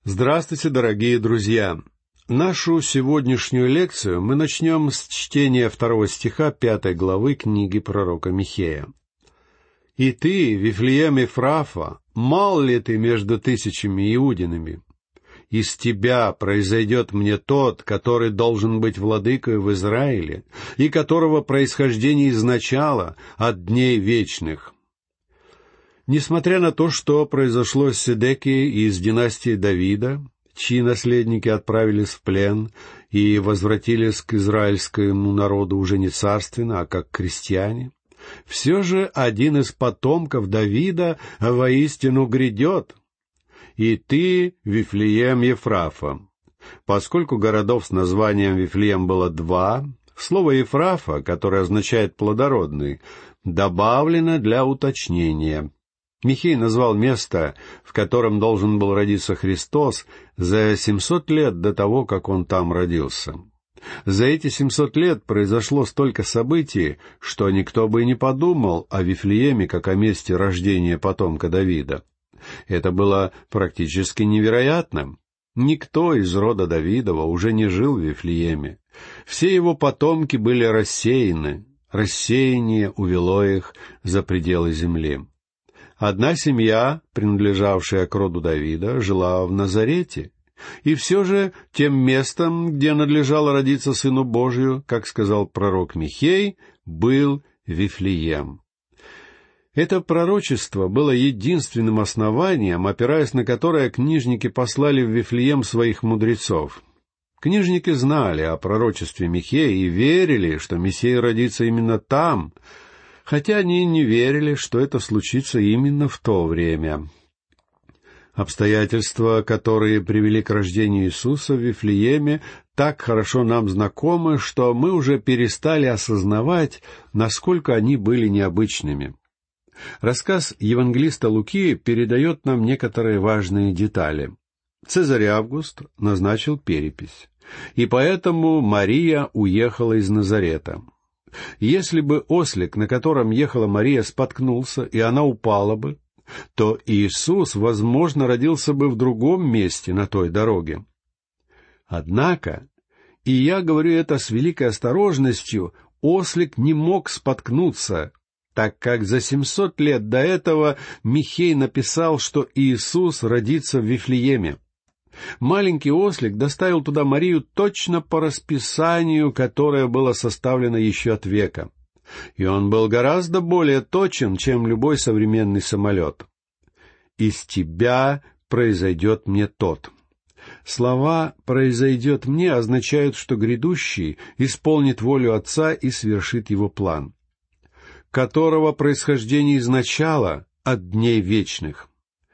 Здравствуйте, дорогие друзья! Нашу сегодняшнюю лекцию мы начнем с чтения 2 стиха 5 главы книги пророка Михея. «И ты, Вифлеем Ефрафа, мал ли ты между тысячами иудинами? Из тебя произойдет мне тот, который должен быть владыкой в Израиле, и которого происхождение изначало от дней вечных». Несмотря на то, что произошло с Седекией из династии Давида, чьи наследники отправились в плен и возвратились к израильскому народу уже не царственно, а как крестьяне, все же один из потомков Давида воистину грядет. «И ты, Вифлеем Ефрафа». Поскольку городов с названием Вифлеем было 2, слово «Ефрафа», которое означает «плодородный», добавлено для уточнения. Михей назвал место, в котором должен был родиться Христос, за 700 лет до того, как он там родился. За эти 700 лет произошло столько событий, что никто бы и не подумал о Вифлееме как о месте рождения потомка Давида. Это было практически невероятным. Никто из рода Давидова уже не жил в Вифлееме. Все его потомки были рассеяны. Рассеяние увело их за пределы земли. Одна семья, принадлежавшая к роду Давида, жила в Назарете. И все же тем местом, где надлежало родиться Сыну Божию, как сказал пророк Михей, был Вифлеем. Это пророчество было единственным основанием, опираясь на которое книжники послали в Вифлеем своих мудрецов. Книжники знали о пророчестве Михея и верили, что Мессия родится именно там, хотя они не верили, что это случится именно в то время. Обстоятельства, которые привели к рождению Иисуса в Вифлееме, так хорошо нам знакомы, что мы уже перестали осознавать, насколько они были необычными. Рассказ евангелиста Луки передает нам некоторые важные детали. Цезарь Август назначил перепись, и поэтому Мария уехала из Назарета. Если бы ослик, на котором ехала Мария, споткнулся, и она упала бы, то Иисус, возможно, родился бы в другом месте на той дороге. Однако, и я говорю это с великой осторожностью, ослик не мог споткнуться, так как за 700 лет до этого Михей написал, что Иисус родится в Вифлееме. Маленький ослик доставил туда Марию точно по расписанию, которое было составлено еще от века. И он был гораздо более точен, чем любой современный самолет. «Из тебя произойдет мне тот». Слова «произойдет мне» означают, что грядущий исполнит волю Отца и свершит его план, которого происхождение изначало от дней вечных.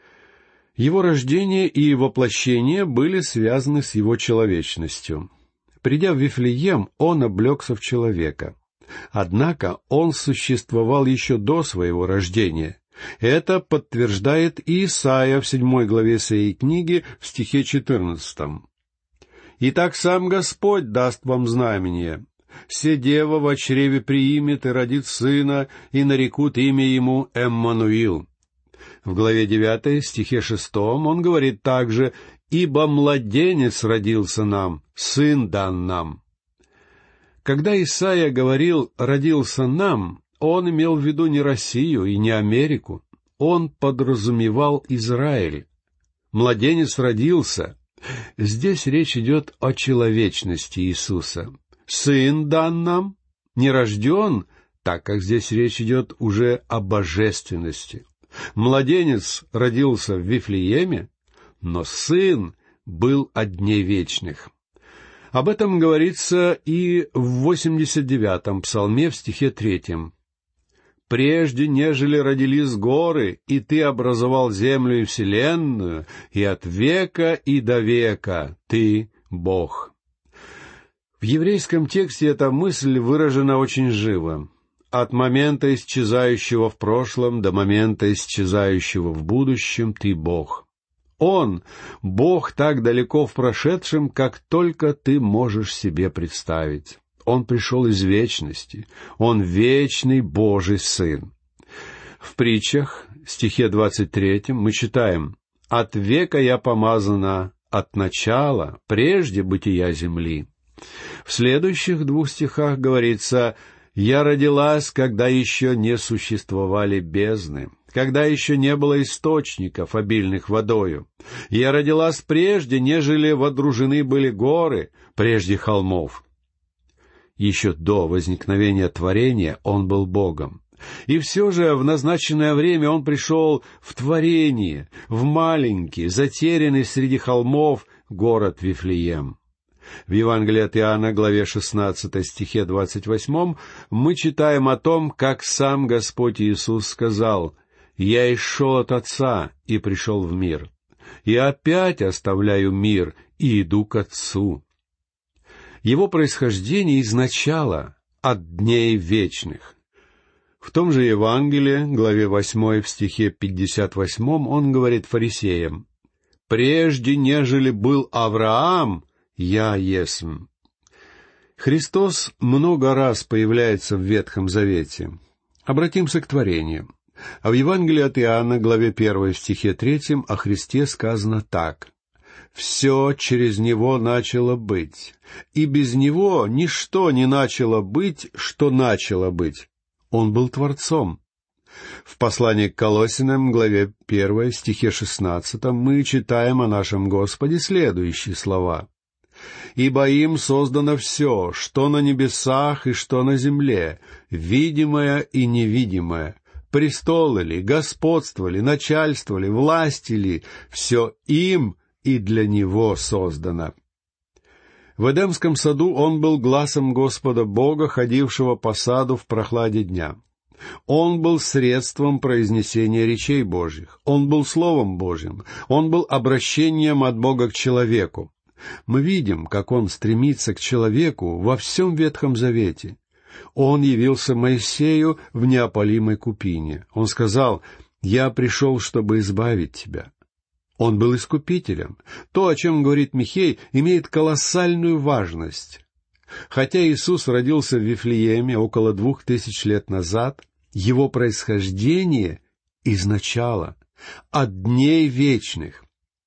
Его рождение и воплощение были связаны с его человечностью. Придя в Вифлеем, он облегся в человека. Однако он существовал еще до своего рождения. Это подтверждает и Исайя в 7 главе своей книги в стихе 14. «Итак сам Господь даст вам знамение. Се дева во чреве приимет и родит сына, и нарекут имя ему Эммануил». В главе 9, стихе 6 он говорит также: «Ибо младенец родился нам, сын дан нам». Когда Исайя говорил «родился нам», он имел в виду не Россию и не Америку. Он подразумевал Израиль. Младенец родился. Здесь речь идет о человечности Иисуса. Сын дан нам, не рожден, так как здесь речь идет уже о божественности. Младенец родился в Вифлееме, но сын был от дней вечных. Об этом говорится и в 89-м псалме в стихе 3. «Прежде, нежели родились горы, и ты образовал землю и вселенную, и от века и до века ты Бог». В еврейском тексте эта мысль выражена очень живо. От момента, исчезающего в прошлом, до момента, исчезающего в будущем, ты Бог. Он, Бог, так далеко в прошедшем, как только ты можешь себе представить. Он пришел из вечности. Он вечный Божий Сын. В притчах, стихе 23, мы читаем: «От века я помазана, от начала, прежде бытия земли». В следующих 2 стихах говорится: «Я родилась, когда еще не существовали бездны, когда еще не было источников, обильных водою. Я родилась прежде, нежели водружены были горы, прежде холмов». Еще до возникновения творения Он был Богом. И все же в назначенное время Он пришел в творение, в маленький, затерянный среди холмов город Вифлеем. В Евангелии от Иоанна, главе 16, стихе 28, мы читаем о том, как сам Господь Иисус сказал: «Я исшел от Отца и пришел в мир. И опять оставляю мир и иду к Отцу». Его происхождение из начала, от дней вечных. В том же Евангелии, главе 8, в стихе 58, он говорит фарисеям: «Прежде, нежели был Авраам, я есмь». Христос много раз появляется в Ветхом Завете. Обратимся к творению. А в Евангелии от Иоанна, главе 1, в стихе 3, о Христе сказано так: «Все через Него начало быть, и без Него ничто не начало быть, что начало быть». Он был Творцом. В послании к Колоссянам, главе 1, стихе 16, мы читаем о нашем Господе следующие слова: «Ибо им создано все, что на небесах и что на земле, видимое и невидимое, престолы ли, господство ли, начальство ли, власти ли, все им и для Него создано». В Эдемском саду Он был гласом Господа Бога, ходившего по саду в прохладе дня. Он был средством произнесения речей Божьих. Он был Словом Божьим. Он был обращением от Бога к человеку. Мы видим, как Он стремится к человеку во всем Ветхом Завете. Он явился Моисею в неопалимой купине. Он сказал: «Я пришел, чтобы избавить тебя». Он был искупителем. То, о чем говорит Михей, имеет колоссальную важность. Хотя Иисус родился в Вифлееме около 2000 лет назад, Его происхождение из начала, от дней вечных.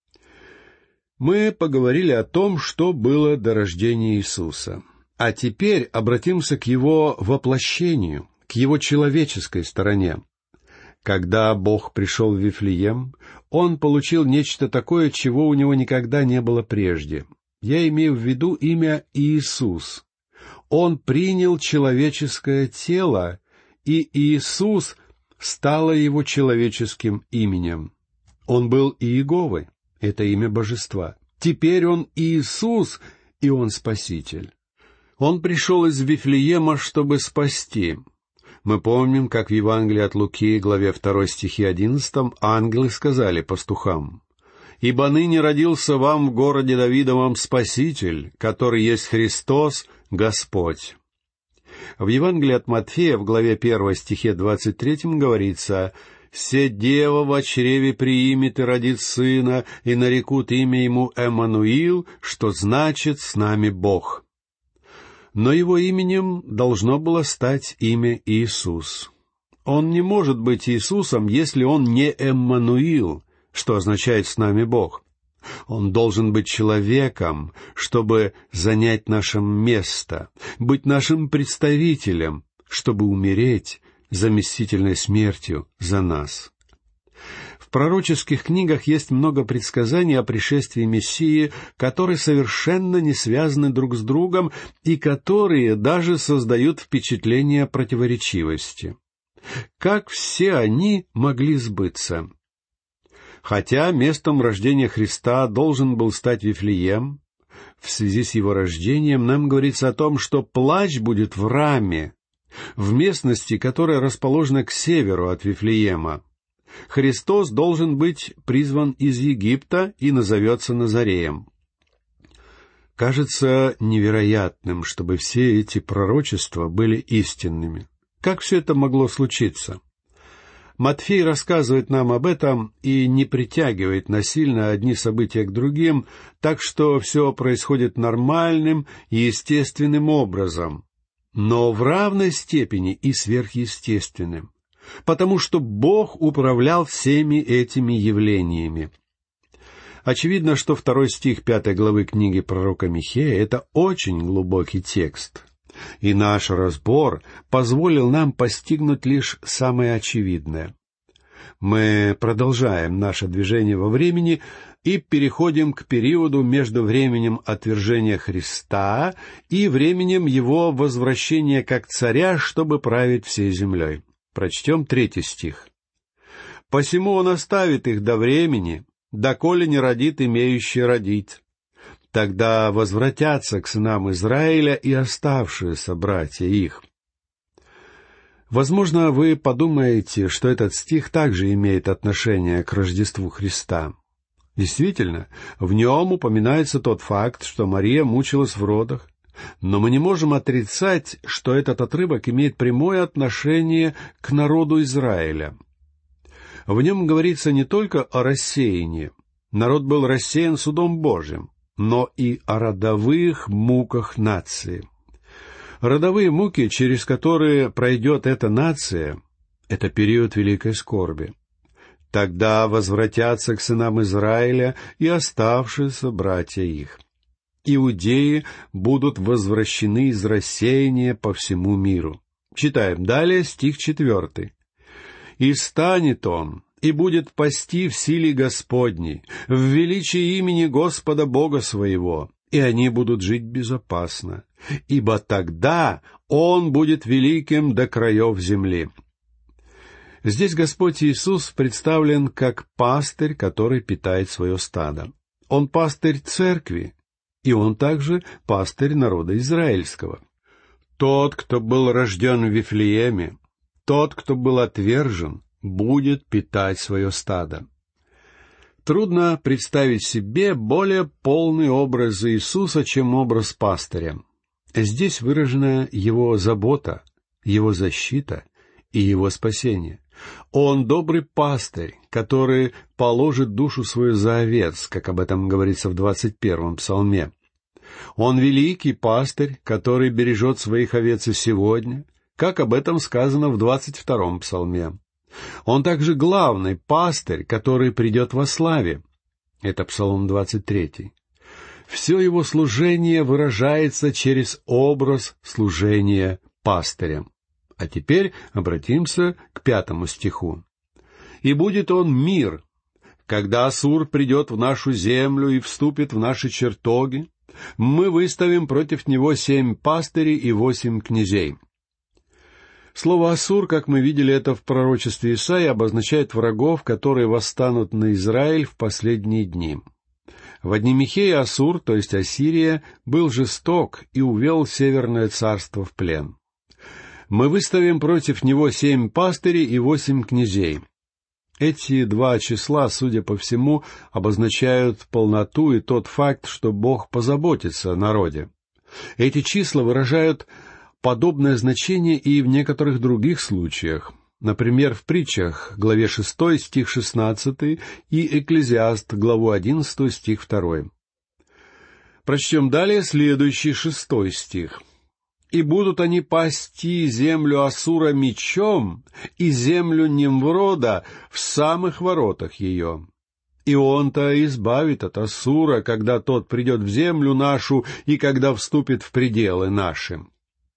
Мы поговорили о том, что было до рождения Иисуса. А теперь обратимся к Его воплощению, к Его человеческой стороне. Когда Бог пришел в Вифлеем, Он получил нечто такое, чего у Него никогда не было прежде. Я имею в виду имя Иисус. Он принял человеческое тело, и Иисус стало Его человеческим именем. Он был Иеговой, это имя божества. Теперь Он Иисус, и Он Спаситель. Он пришел из Вифлеема, чтобы спасти. Мы помним, как в Евангелии от Луки, главе 2, стихе 11, ангелы сказали пастухам: «Ибо ныне родился вам в городе Давидовом Спаситель, который есть Христос, Господь». В Евангелии от Матфея, в главе 1, стихе 23 говорится: «Се дева во чреве приимет и родит сына, и нарекут имя ему Эммануил, что значит «с нами Бог». Но его именем должно было стать имя Иисус. Он не может быть Иисусом, если он не Эммануил, что означает «с нами Бог». Он должен быть человеком, чтобы занять наше место, быть нашим представителем, чтобы умереть заместительной смертью за нас. В пророческих книгах есть много предсказаний о пришествии Мессии, которые совершенно не связаны друг с другом и которые даже создают впечатление противоречивости. Как все они могли сбыться? Хотя местом рождения Христа должен был стать Вифлеем, в связи с Его рождением нам говорится о том, что плач будет в Раме, в местности, которая расположена к северу от Вифлеема. Христос должен быть призван из Египта и назовется Назареем. Кажется невероятным, чтобы все эти пророчества были истинными. Как все это могло случиться? Матфей рассказывает нам об этом и не притягивает насильно одни события к другим, так что все происходит нормальным и естественным образом, но в равной степени и сверхъестественным, потому что Бог управлял всеми этими явлениями. Очевидно, что 2 стих 5 главы книги пророка Михея — это очень глубокий текст. И наш разбор позволил нам постигнуть лишь самое очевидное. Мы продолжаем наше движение во времени и переходим к периоду между временем отвержения Христа и временем Его возвращения как царя, чтобы править всей землей. Прочтем 3 стих. «Посему Он оставит их до времени, доколе не родит имеющий родить. Тогда возвратятся к сынам Израиля и оставшиеся братья их». Возможно, вы подумаете, что этот стих также имеет отношение к Рождеству Христа. Действительно, в нем упоминается тот факт, что Мария мучилась в родах, но мы не можем отрицать, что этот отрывок имеет прямое отношение к народу Израиля. В нем говорится не только о рассеянии, народ был рассеян судом Божьим, но и о родовых муках нации. Родовые муки, через которые пройдет эта нация, — это период великой скорби. Тогда возвратятся к сынам Израиля и оставшиеся братья их. Иудеи будут возвращены из рассеяния по всему миру. Читаем далее стих 4. «И станет он, и будет пасти в силе Господней, в величии имени Господа Бога своего, и они будут жить безопасно, ибо тогда Он будет великим до краев земли». Здесь Господь Иисус представлен как пастырь, который питает свое стадо. Он пастырь церкви, и Он также пастырь народа израильского. Тот, кто был рожден в Вифлееме, тот, кто был отвержен, будет питать свое стадо. Трудно представить себе более полный образ Иисуса, чем образ пастыря. Здесь выражена Его забота, Его защита и Его спасение. Он добрый пастырь, который положит душу свою за овец, как об этом говорится в 21-м псалме. Он великий пастырь, который бережет своих овец и сегодня, как об этом сказано в 22-м псалме. Он также главный пастырь, который придет во славе. Это Псалом 23. Все его служение выражается через образ служения пастырем. А теперь обратимся к 5 стиху. «И будет он мир, когда Ассур придет в нашу землю и вступит в наши чертоги, мы выставим против него 7 пастырей и 8 князей». Слово «Ассур», как мы видели это в пророчестве Исаии, обозначает врагов, которые восстанут на Израиль в последние дни. В дни Михея Ассур, то есть Ассирия, был жесток и увел Северное царство в плен. Мы выставим против него 7 пастырей и 8 князей. Эти 2 числа, судя по всему, обозначают полноту и тот факт, что Бог позаботится о народе. Эти числа выражают подобное значение и в некоторых других случаях. Например, в Притчах, главе 6, стих 16, и Экклезиаст, главу 11, стих 2. Прочтем далее следующий 6 стих. «И будут они пасти землю Ассура мечом и землю Nimврода в самых воротах ее. И он-то избавит от Ассура, когда тот придет в землю нашу и когда вступит в пределы наши».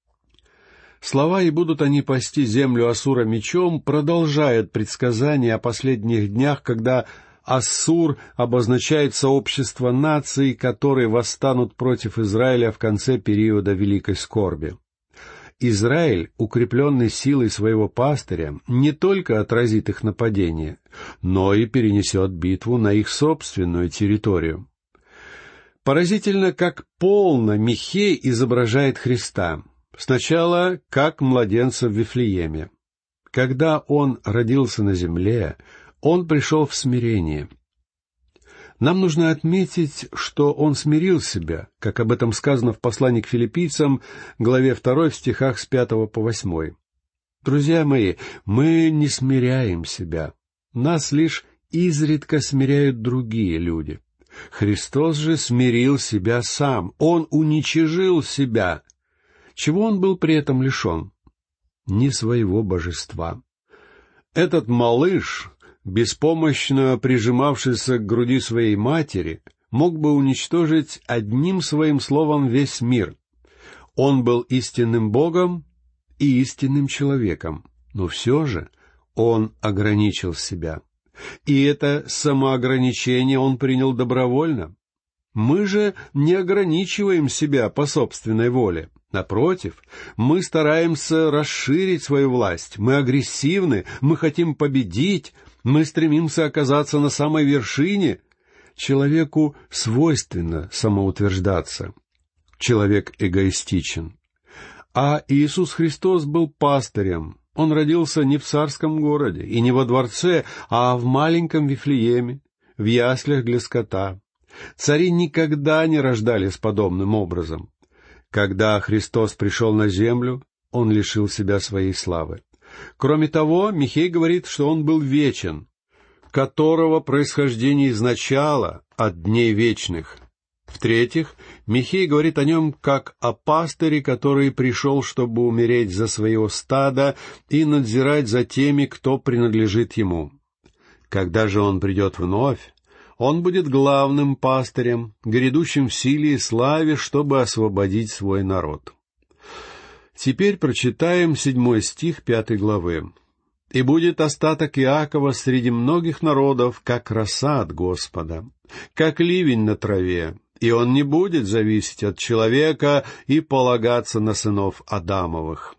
Слова «и будут они пасти землю Ассура мечом» продолжают предсказание о последних днях, когда Ассур обозначает сообщество наций, которые восстанут против Израиля в конце периода Великой скорби. Израиль, укрепленный силой своего пастыря, не только отразит их нападение, но и перенесет битву на их собственную территорию. Поразительно, как полно Михей изображает Христа. Сначала как младенца в Вифлееме. Когда он родился на земле, он пришел в смирение. Нам нужно отметить, что он смирил себя, как об этом сказано в послании к Филиппийцам, главе 2, в стихах с 5 по 8. Друзья мои, мы не смиряем себя. Нас лишь изредка смиряют другие люди. Христос же смирил себя сам. Он уничижил себя. Чего он был при этом лишен? Не своего божества. Этот малыш беспомощно прижимавшийся к груди своей матери, мог бы уничтожить одним своим словом весь мир. Он был истинным Богом и истинным человеком, но все же он ограничил себя. И это самоограничение он принял добровольно. Мы же не ограничиваем себя по собственной воле. Напротив, мы стараемся расширить свою власть, мы агрессивны, мы хотим победить, мы стремимся оказаться на самой вершине. Человеку свойственно самоутверждаться. Человек эгоистичен. А Иисус Христос был пастырем. Он родился не в царском городе и не во дворце, а в маленьком Вифлееме, в яслях для скота. Цари никогда не рождались подобным образом. Когда Христос пришел на землю, Он лишил себя своей славы. Кроме того, Михей говорит, что Он был вечен, которого происхождение изначало от дней вечных. В-третьих, Михей говорит о Нем как о пастыре, который пришел, чтобы умереть за свое стадо и надзирать за теми, кто принадлежит Ему. Когда же Он придет вновь, Он будет главным пастырем, грядущим в силе и славе, чтобы освободить свой народ. Теперь прочитаем 7 стих 5 главы. «И будет остаток Иакова среди многих народов, как роса от Господа, как ливень на траве, и он не будет зависеть от человека и полагаться на сынов Адамовых».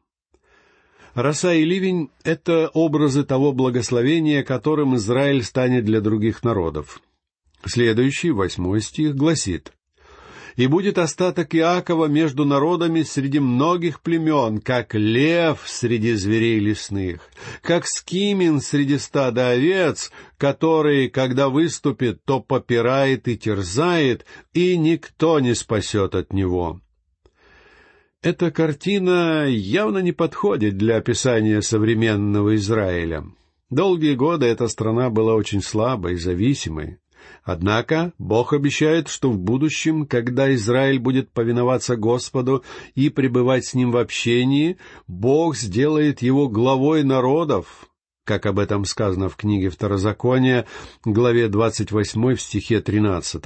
Роса и ливень — это образы того благословения, которым Израиль станет для других народов. Следующий, 8 стих, гласит: «И будет остаток Иакова между народами среди многих племен, как лев среди зверей лесных, как скимин среди стада овец, который, когда выступит, то попирает и терзает, и никто не спасет от него». Эта картина явно не подходит для описания современного Израиля. Долгие годы эта страна была очень слабой и зависимой. Однако Бог обещает, что в будущем, когда Израиль будет повиноваться Господу и пребывать с Ним в общении, Бог сделает его главой народов, как об этом сказано в книге Второзакония, главе 28, в стихе 13.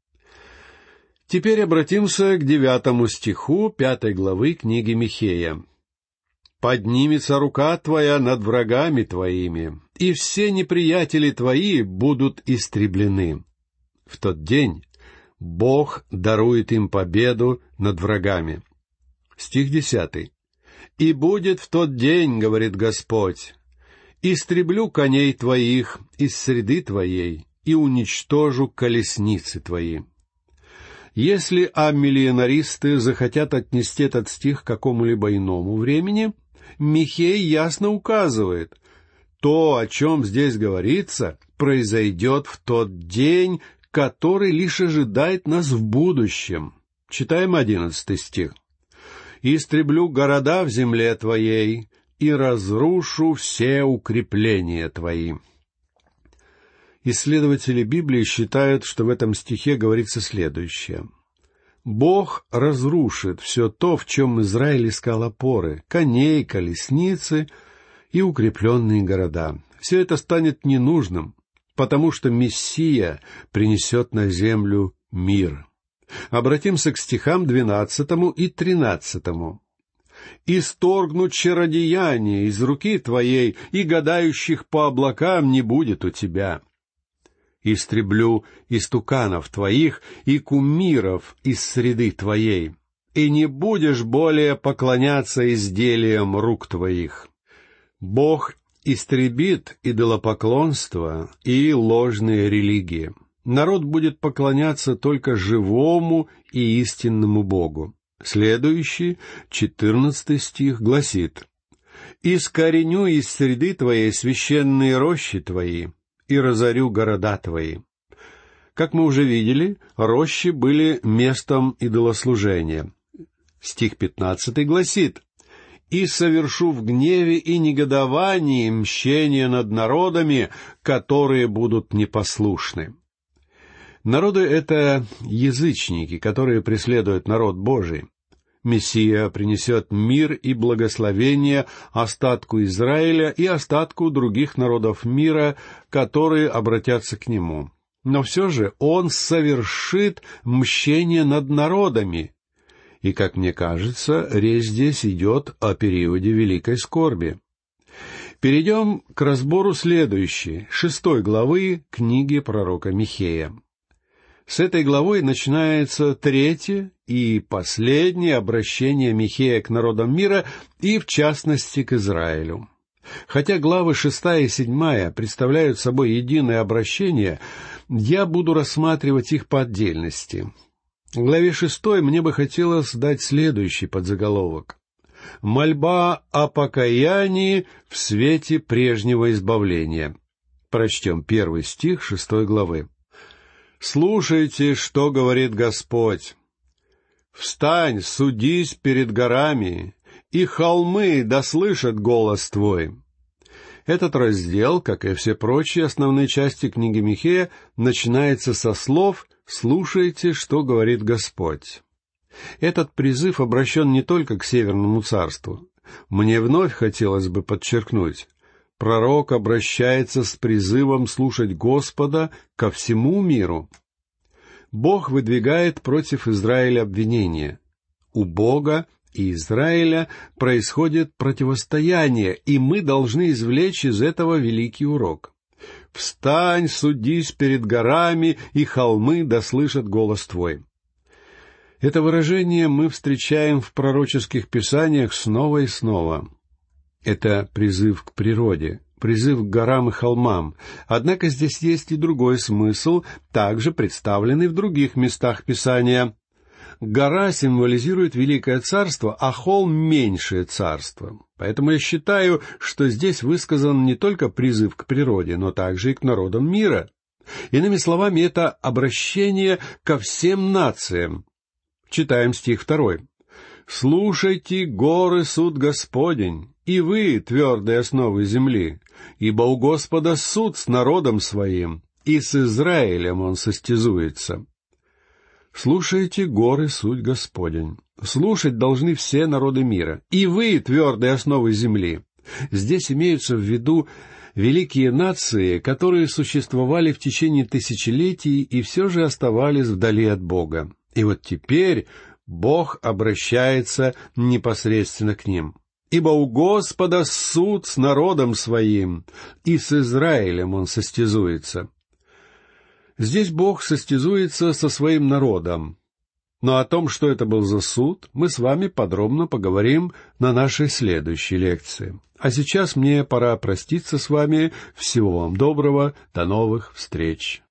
Теперь обратимся к 9 стиху 5 главы книги Михея. «Поднимется рука твоя над врагами твоими, и все неприятели твои будут истреблены. В тот день Бог дарует им победу над врагами». Стих 10. «И будет в тот день, говорит Господь, истреблю коней твоих из среды твоей и уничтожу колесницы твои». Если аммиллионаристы захотят отнести этот стих к какому-либо иному времени, Михей ясно указывает: то, о чем здесь говорится, произойдет в тот день, который лишь ожидает нас в будущем. Читаем 11 стих. «Истреблю города в земле твоей и разрушу все укрепления твои». Исследователи Библии считают, что в этом стихе говорится следующее: Бог разрушит все то, в чем Израиль искал опоры — коней, колесницы и укрепленные города. Все это станет ненужным, потому что Мессия принесет на землю мир. Обратимся к стихам 12 и 13. «Исторгнут чародеяние из руки твоей, и гадающих по облакам не будет у тебя. Истреблю истуканов твоих и кумиров из среды твоей, и не будешь более поклоняться изделиям рук твоих». Бог истребит идолопоклонство и ложные религии. Народ будет поклоняться только живому и истинному Богу. Следующий, 14 стих, гласит: «Искореню из среды твоей священные рощи твои, и разорю города твои». Как мы уже видели, рощи были местом идолослужения. Стих 15 гласит: «И совершу в гневе и негодовании мщение над народами, которые будут непослушны». Народы — это язычники, которые преследуют народ Божий. Мессия принесет мир и благословение остатку Израиля и остатку других народов мира, которые обратятся к Нему. Но все же Он совершит мщение над народами. И, как мне кажется, речь здесь идет о периоде великой скорби. Перейдем к разбору следующей, 6 главы книги пророка Михея. С этой главой начинается третье и последнее обращение Михея к народам мира и, в частности, к Израилю. Хотя главы 6 и 7 представляют собой единое обращение, я буду рассматривать их по отдельности. В главе 6 мне бы хотелось дать следующий подзаголовок: «Мольба о покаянии в свете прежнего избавления». Прочтем 1 стих 6 главы. «Слушайте, что говорит Господь. Встань, судись перед горами, и холмы да слышат голос твой». Этот раздел, как и все прочие основные части книги Михея, начинается со слов «Слушайте, что говорит Господь». Этот призыв обращен не только к Северному царству. Мне вновь хотелось бы подчеркнуть, пророк обращается с призывом слушать Господа ко всему миру. Бог выдвигает против Израиля обвинения. У Бога и Израиля происходит противостояние, и мы должны извлечь из этого великий урок. «Встань, судись перед горами, и холмы да слышат голос твой». Это выражение мы встречаем в пророческих писаниях снова и снова. Это призыв к природе, призыв к горам и холмам. Однако здесь есть и другой смысл, также представленный в других местах Писания. Гора символизирует великое царство, а холм — меньшее царство. Поэтому я считаю, что здесь высказан не только призыв к природе, но также и к народам мира. Иными словами, это обращение ко всем нациям. Читаем стих 2. «Слушайте, горы, суд Господень, и вы, твердые основы земли, ибо у Господа суд с народом своим, и с Израилем он состязуется». «Слушайте, горы, суд Господень». Слушать должны все народы мира. «И вы, твердые основы земли». Здесь имеются в виду великие нации, которые существовали в течение тысячелетий и все же оставались вдали от Бога. И вот теперь Бог обращается непосредственно к ним. «Ибо у Господа суд с народом своим, и с Израилем он состязуется». Здесь Бог состязуется со своим народом. Но о том, что это был за суд, мы с вами подробно поговорим на нашей следующей лекции. А сейчас мне пора проститься с вами. Всего вам доброго. До новых встреч.